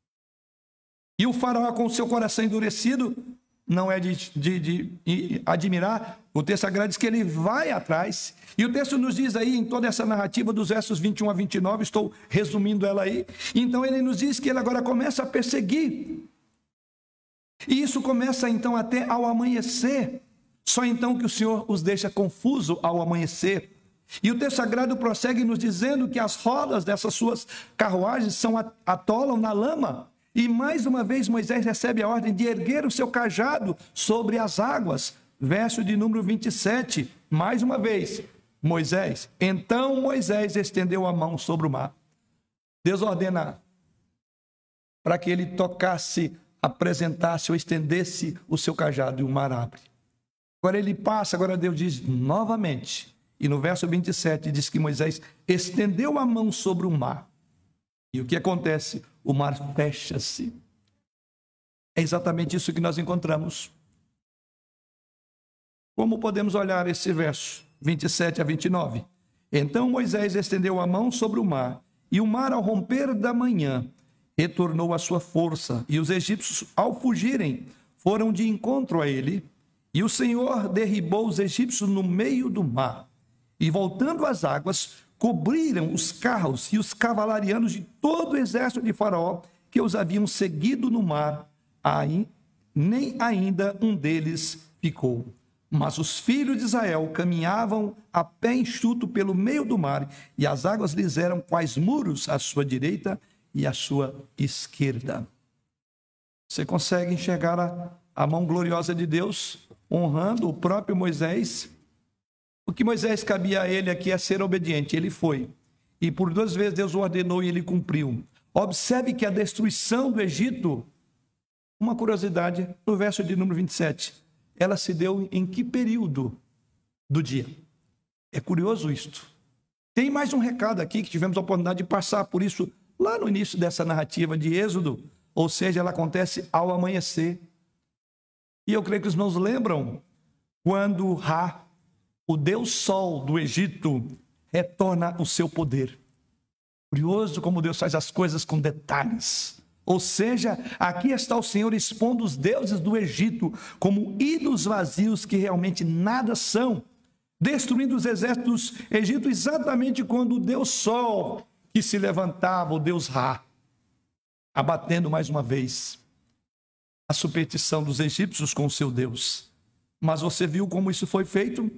E o faraó, com o seu coração endurecido, não é de admirar, o texto sagrado diz que ele vai atrás, e o texto nos diz aí, em toda essa narrativa dos versos 21 a 29, estou resumindo ela aí, então ele nos diz que ele agora começa a perseguir, e isso começa então até ao amanhecer, só então que o Senhor os deixa confuso ao amanhecer. E o texto sagrado prossegue nos dizendo que as rodas dessas suas carruagens atolam na lama. E mais uma vez Moisés recebe a ordem de erguer o seu cajado sobre as águas. Verso de número 27, mais uma vez, Moisés. Então Moisés estendeu a mão sobre o mar. Deus ordena para que ele tocasse, apresentasse ou estendesse o seu cajado, e o mar abre. Agora ele passa, agora Deus diz novamente. E no verso 27 diz que Moisés estendeu a mão sobre o mar. E o que acontece? O mar fecha-se. É exatamente isso que nós encontramos. Como podemos olhar esse verso 27 a 29? Então Moisés estendeu a mão sobre o mar, e o mar, ao romper da manhã, retornou à sua força, e os egípcios, ao fugirem, foram de encontro a ele, e o Senhor derribou os egípcios no meio do mar, e voltando às águas, cobriram os carros e os cavalarianos de todo o exército de Faraó que os haviam seguido no mar, nem ainda um deles ficou. Mas os filhos de Israel caminhavam a pé enxuto pelo meio do mar, e as águas lhes eram quais muros à sua direita e à sua esquerda. Você consegue enxergar a mão gloriosa de Deus honrando o próprio Moisés? O que Moisés cabia a ele aqui é ser obediente. Ele foi. E por 2 vezes Deus o ordenou e ele cumpriu. Observe que a destruição do Egito, uma curiosidade, no verso de número 27, ela se deu em que período do dia? É curioso isto. Tem mais um recado aqui que tivemos a oportunidade de passar por isso lá no início dessa narrativa de Êxodo, ou seja, ela acontece ao amanhecer. E eu creio que os irmãos lembram quando Ra, o Deus Sol do Egito, retorna o seu poder. Curioso como Deus faz as coisas com detalhes. Ou seja, aqui está o Senhor expondo os deuses do Egito como ídolos vazios que realmente nada são, destruindo os exércitos do Egito exatamente quando o Deus Sol que se levantava, o Deus Ra, abatendo mais uma vez a superstição dos egípcios com o seu Deus. Mas você viu como isso foi feito?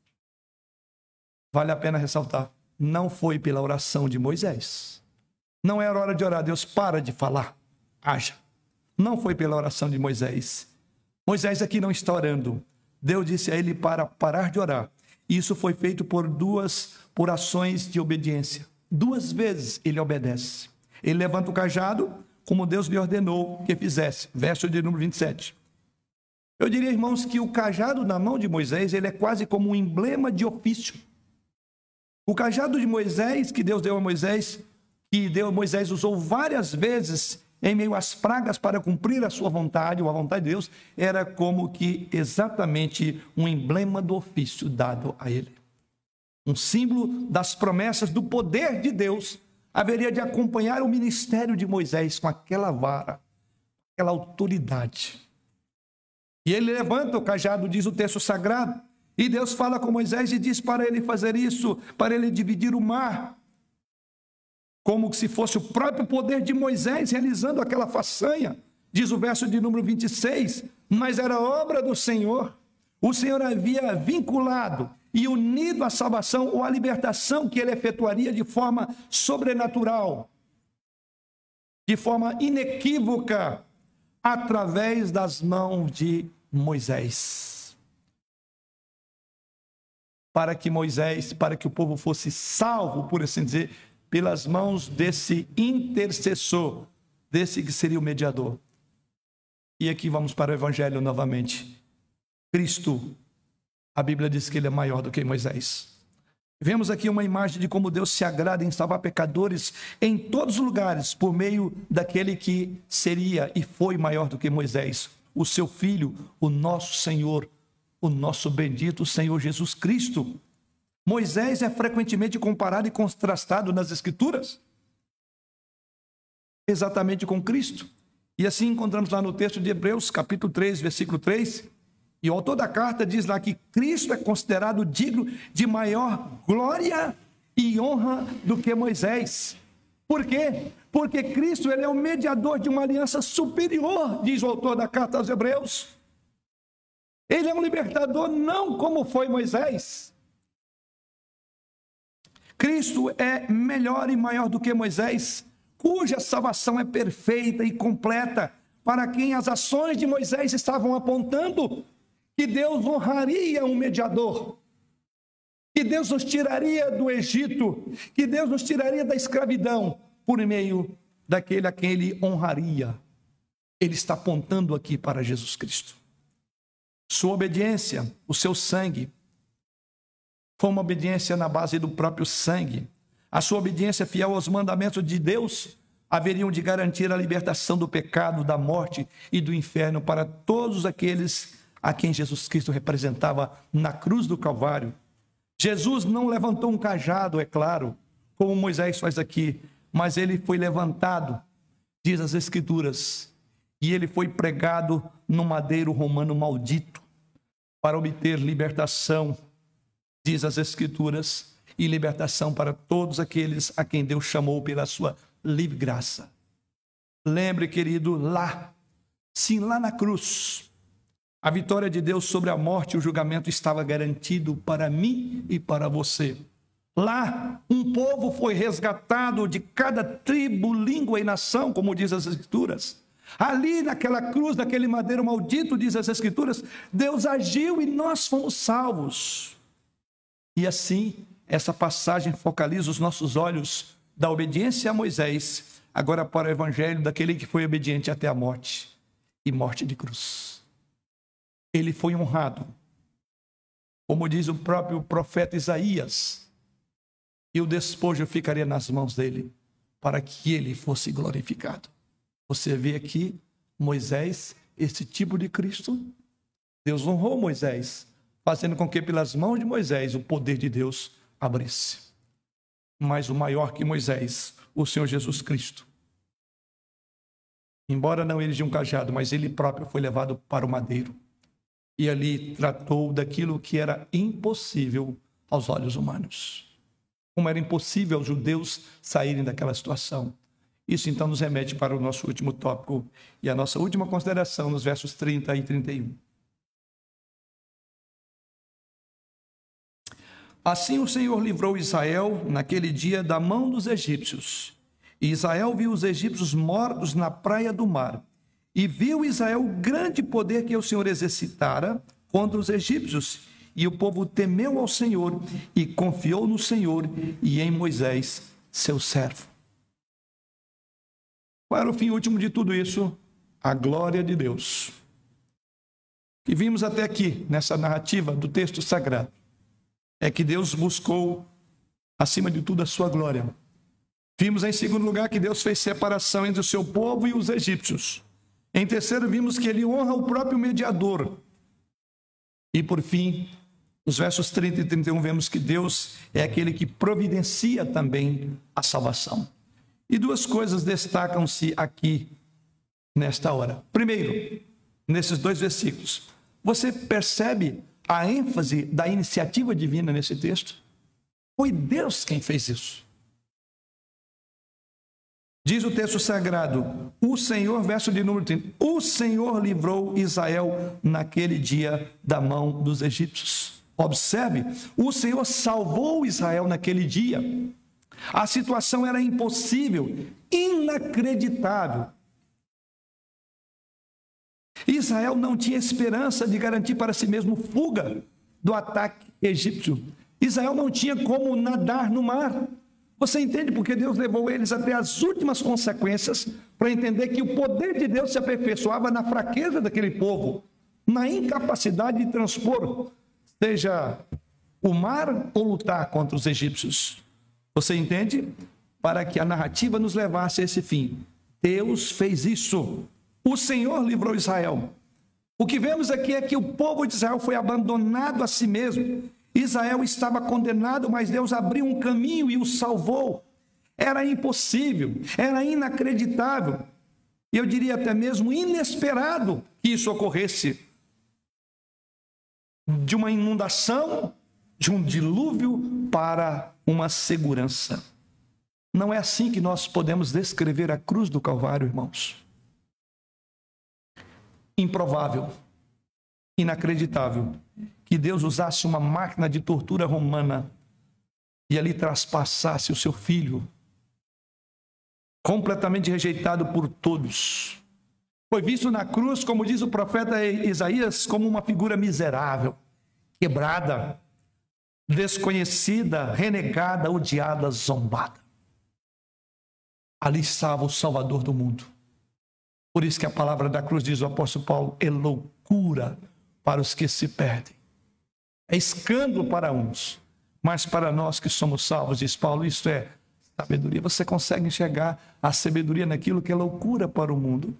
Vale a pena ressaltar, não foi pela oração de Moisés. Não era hora de orar, Deus, para de falar, haja. Não foi pela oração de Moisés. Moisés aqui não está orando. Deus disse a ele para parar de orar. Isso foi feito por ações de obediência. 2 vezes ele obedece. Ele levanta o cajado, como Deus lhe ordenou que fizesse. Verso de número 27. Eu diria, irmãos, que o cajado na mão de Moisés, ele é quase como um emblema de ofício. O cajado de Moisés, que Deus deu a Moisés, Moisés usou várias vezes em meio às pragas para cumprir a sua vontade, ou a vontade de Deus, era como que exatamente um emblema do ofício dado a ele. Um símbolo das promessas do poder de Deus haveria de acompanhar o ministério de Moisés com aquela vara, aquela autoridade. E ele levanta o cajado, diz o texto sagrado, e Deus fala com Moisés e diz para ele fazer isso, para ele dividir o mar, como se fosse o próprio poder de Moisés realizando aquela façanha. Diz o verso de número 26, mas era obra do Senhor. O Senhor havia vinculado e unido a salvação ou a libertação que ele efetuaria de forma sobrenatural, de forma inequívoca, através das mãos de Moisés. Para que o povo fosse salvo, por assim dizer, pelas mãos desse intercessor, desse que seria o mediador. E aqui vamos para o Evangelho novamente. Cristo, a Bíblia diz que ele é maior do que Moisés. Vemos aqui uma imagem de como Deus se agrada em salvar pecadores em todos os lugares, por meio daquele que seria e foi maior do que Moisés, o seu Filho, o nosso Senhor, o nosso bendito Senhor Jesus Cristo. Moisés é frequentemente comparado e contrastado nas Escrituras, exatamente com Cristo. E assim encontramos lá no texto de Hebreus, capítulo 3, versículo 3, e o autor da carta diz lá que Cristo é considerado digno de maior glória e honra do que Moisés. Por quê? Porque Cristo ele é o mediador de uma aliança superior, diz o autor da carta aos Hebreus. Ele é um libertador não como foi Moisés. Cristo é melhor e maior do que Moisés, cuja salvação é perfeita e completa, para quem as ações de Moisés estavam apontando que Deus honraria um mediador, que Deus nos tiraria do Egito, que Deus nos tiraria da escravidão, por meio daquele a quem ele honraria. Ele está apontando aqui para Jesus Cristo. Sua obediência, o seu sangue, foi uma obediência na base do próprio sangue. A sua obediência fiel aos mandamentos de Deus haveriam de garantir a libertação do pecado, da morte e do inferno para todos aqueles a quem Jesus Cristo representava na cruz do Calvário. Jesus não levantou um cajado, é claro, como Moisés faz aqui, mas ele foi levantado, diz as Escrituras, e ele foi pregado no madeiro romano maldito para obter libertação, diz as Escrituras, e libertação para todos aqueles a quem Deus chamou pela sua livre graça. Lembre, querido, lá, sim, lá na cruz, a vitória de Deus sobre a morte e o julgamento estava garantido para mim e para você. Lá, um povo foi resgatado de cada tribo, língua e nação, como diz as Escrituras. Ali, naquela cruz, naquele madeiro maldito, diz as Escrituras, Deus agiu e nós fomos salvos. E assim, essa passagem focaliza os nossos olhos da obediência a Moisés, agora para o evangelho daquele que foi obediente até a morte, e morte de cruz. Ele foi honrado, como diz o próprio profeta Isaías, e o despojo ficaria nas mãos dele, para que ele fosse glorificado. Você vê aqui, Moisés, esse tipo de Cristo. Deus honrou Moisés, fazendo com que pelas mãos de Moisés o poder de Deus abrisse. Mas o maior que Moisés, o Senhor Jesus Cristo, embora não ele de um cajado, mas ele próprio foi levado para o madeiro. E ali tratou daquilo que era impossível aos olhos humanos. Como era impossível aos judeus saírem daquela situação. Isso então nos remete para o nosso último tópico e a nossa última consideração nos versos 30 e 31. Assim o Senhor livrou Israel naquele dia da mão dos egípcios. E Israel viu os egípcios mortos na praia do mar. E viu Israel o grande poder que o Senhor exercitara contra os egípcios. E o povo temeu ao Senhor e confiou no Senhor e em Moisés, seu servo. Qual era o fim último de tudo isso? A glória de Deus. Que vimos até aqui, nessa narrativa do texto sagrado, é que Deus buscou, acima de tudo, a sua glória. Vimos, em segundo lugar, que Deus fez separação entre o seu povo e os egípcios. Em terceiro, vimos que ele honra o próprio mediador. E, por fim, nos versos 30 e 31, vemos que Deus é aquele que providencia também a salvação. E duas coisas destacam-se aqui, nesta hora. Primeiro, nesses dois versículos, você percebe a ênfase da iniciativa divina nesse texto? Foi Deus quem fez isso. Diz o texto sagrado, o Senhor, verso de número 30, o Senhor livrou Israel naquele dia da mão dos egípcios. Observe, o Senhor salvou Israel naquele dia. A situação era impossível, inacreditável. Israel não tinha esperança de garantir para si mesmo fuga do ataque egípcio. Israel não tinha como nadar no mar. Você entende porque Deus levou eles até as últimas consequências para entender que o poder de Deus se aperfeiçoava na fraqueza daquele povo, na incapacidade de transpor, seja o mar ou lutar contra os egípcios. Você entende? Para que a narrativa nos levasse a esse fim. Deus fez isso. O Senhor livrou Israel. O que vemos aqui é que o povo de Israel foi abandonado a si mesmo. Israel estava condenado, mas Deus abriu um caminho e o salvou. Era impossível, era inacreditável, e eu diria até mesmo inesperado que isso ocorresse. De uma inundação, de um dilúvio para uma segurança. Não é assim que nós podemos descrever a cruz do Calvário, irmãos. Improvável, inacreditável, que Deus usasse uma máquina de tortura romana e ali traspassasse o seu filho, completamente rejeitado por todos. Foi visto na cruz, como diz o profeta Isaías, como uma figura miserável, quebrada, desconhecida, renegada, odiada, zombada. Ali estava o Salvador do mundo. Por isso que a palavra da cruz, diz o apóstolo Paulo, é loucura para os que se perdem. É escândalo para uns, mas para nós que somos salvos, diz Paulo, isso é sabedoria. Você consegue enxergar a sabedoria naquilo que é loucura para o mundo?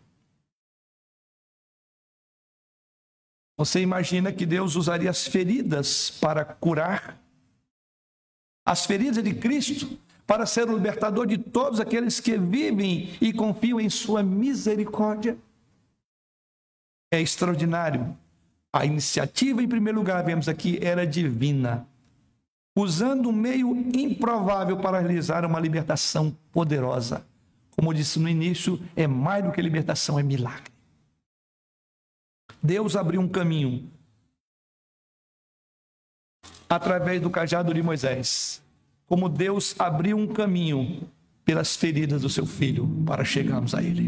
Você imagina que Deus usaria as feridas para curar? As feridas de Cristo para ser o libertador de todos aqueles que vivem e confiam em sua misericórdia? É extraordinário. A iniciativa, em primeiro lugar, vemos aqui, era divina, usando um meio improvável para realizar uma libertação poderosa. Como disse no início, é mais do que libertação, é milagre. Deus abriu um caminho através do cajado de Moisés, como Deus abriu um caminho pelas feridas do seu filho para chegarmos a ele.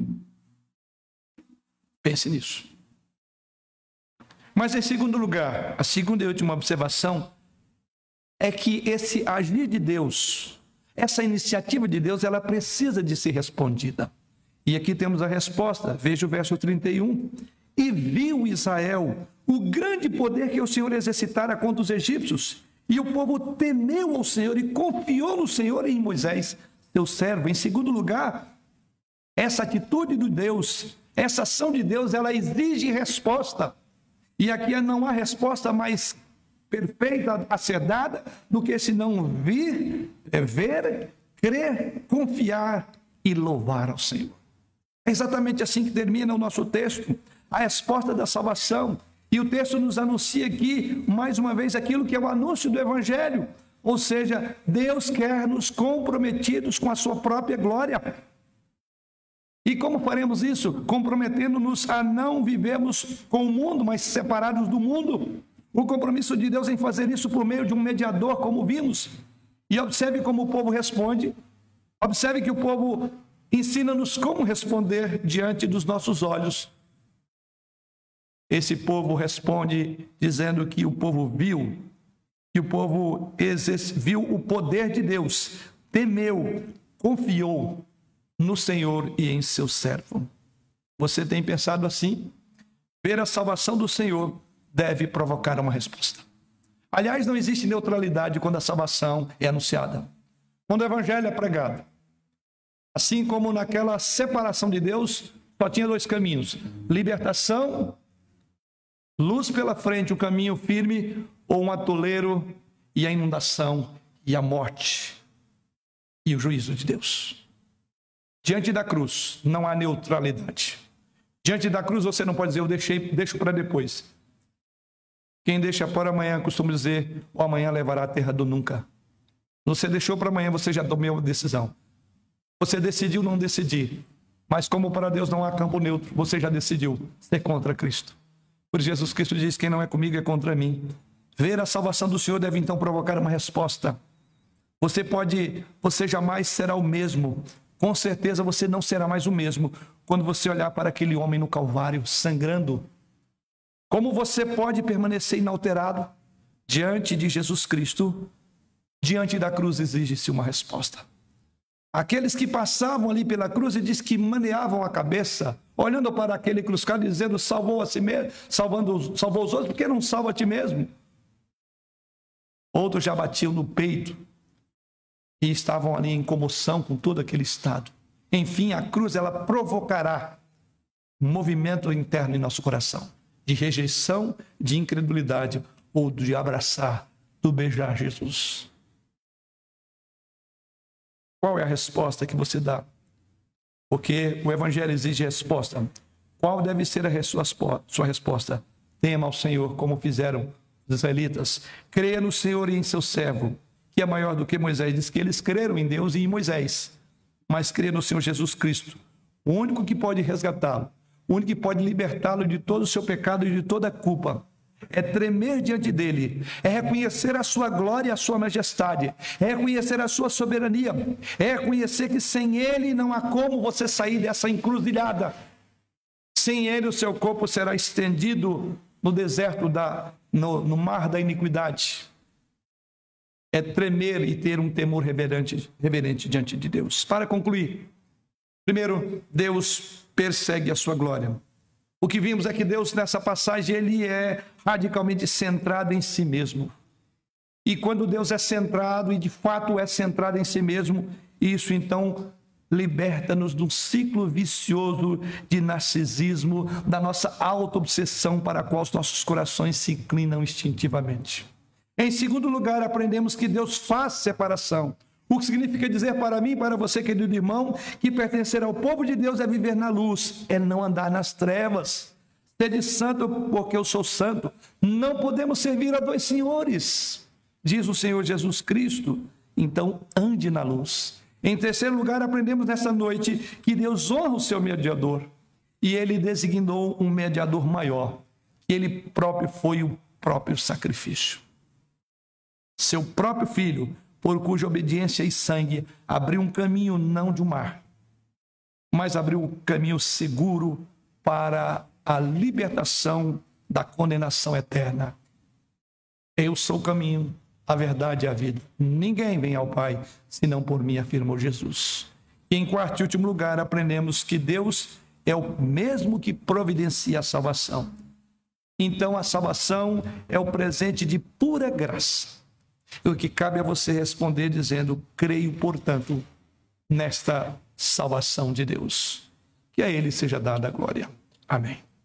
Pense nisso. Mas em segundo lugar, a segunda e última observação é que esse agir de Deus, essa iniciativa de Deus, ela precisa de ser respondida. E aqui temos a resposta, veja o verso 31. E viu Israel o grande poder que o Senhor exercitara contra os egípcios, e o povo temeu ao Senhor e confiou no Senhor e em Moisés, seu servo. Em segundo lugar, essa atitude de Deus, essa ação de Deus, ela exige resposta. E aqui não há resposta mais perfeita a ser dada do que se não ver, crer, confiar e louvar ao Senhor. É exatamente assim que termina o nosso texto, a resposta da salvação. E o texto nos anuncia aqui, mais uma vez, aquilo que é o anúncio do Evangelho. Ou seja, Deus quer nos comprometidos com a sua própria glória. E como faremos isso? Comprometendo-nos a não vivermos com o mundo, mas separados do mundo. O compromisso de Deus em fazer isso por meio de um mediador, como vimos. E observe como o povo responde. Observe que o povo ensina-nos como responder diante dos nossos olhos. Esse povo responde dizendo que o povo viu, que o povo viu o poder de Deus, temeu, confiou no Senhor e em seu servo. Você tem pensado assim? Ver a salvação do Senhor deve provocar uma resposta. Aliás, não existe neutralidade quando a salvação é anunciada. Quando o evangelho é pregado. Assim como naquela separação de Deus, só tinha dois caminhos: libertação, luz pela frente, o caminho firme, ou um atoleiro e a inundação e a morte e o juízo de Deus. Diante da cruz, não há neutralidade. Diante da cruz, você não pode dizer, eu deixo para depois. Quem deixa para amanhã, costuma dizer, o amanhã levará a terra do nunca. Você deixou para amanhã, você já tomou uma decisão. Você decidiu não decidir. Mas como para Deus não há campo neutro, você já decidiu ser contra Cristo. Por isso Jesus Cristo diz: quem não é comigo é contra mim. Ver a salvação do Senhor deve então provocar uma resposta. Você jamais será o mesmo. Com certeza você não será mais o mesmo quando você olhar para aquele homem no Calvário sangrando. Como você pode permanecer inalterado diante de Jesus Cristo? Diante da cruz exige-se uma resposta. Aqueles que passavam ali pela cruz e diz que maneavam a cabeça, olhando para aquele crucificado dizendo: salvou a si mesmo, salvou os outros, porque não salva a ti mesmo? Outros já batiam no peito e estavam ali em comoção com todo aquele estado. Enfim, a cruz, ela provocará um movimento interno em nosso coração, de rejeição, de incredulidade, ou de abraçar, do beijar Jesus. Qual é a resposta que você dá? Porque o Evangelho exige resposta. Qual deve ser a sua resposta? Tema ao Senhor, como fizeram os israelitas. Creia no Senhor e em seu servo, que é maior do que Moisés. Diz que eles creram em Deus e em Moisés, mas creia no Senhor Jesus Cristo, o único que pode resgatá-lo, o único que pode libertá-lo de todo o seu pecado e de toda a culpa. É tremer diante dele, é reconhecer a sua glória e a sua majestade, é reconhecer a sua soberania, é reconhecer que sem ele não há como você sair dessa encruzilhada. Sem ele o seu corpo será estendido no deserto, no mar da iniquidade. É tremer e ter um temor reverente diante de Deus. Para concluir, primeiro, Deus persegue a sua glória. O que vimos é que Deus, nessa passagem, ele é radicalmente centrado em si mesmo. E quando Deus é centrado, e de fato é centrado em si mesmo, isso então liberta-nos de um ciclo vicioso de narcisismo, da nossa auto-obsessão para a qual os nossos corações se inclinam instintivamente. Em segundo lugar, aprendemos que Deus faz separação. O que significa dizer para mim e para você, querido irmão, que pertencer ao povo de Deus é viver na luz, é não andar nas trevas. Sede santo, porque eu sou santo. Não podemos servir a dois senhores, diz o Senhor Jesus Cristo. Então, ande na luz. Em terceiro lugar, aprendemos nessa noite que Deus honra o seu mediador. E ele designou um mediador maior. Ele próprio foi o próprio sacrifício. Seu próprio filho, por cuja obediência e sangue abriu um caminho não de um mar, mas abriu um caminho seguro para a libertação da condenação eterna. Eu sou o caminho, a verdade e a vida. Ninguém vem ao Pai senão por mim, afirmou Jesus. E em quarto e último lugar, aprendemos que Deus é o mesmo que providencia a salvação. Então a salvação é o presente de pura graça. E o que cabe a você responder dizendo: creio, portanto, nesta salvação de Deus. Que a Ele seja dada a glória. Amém.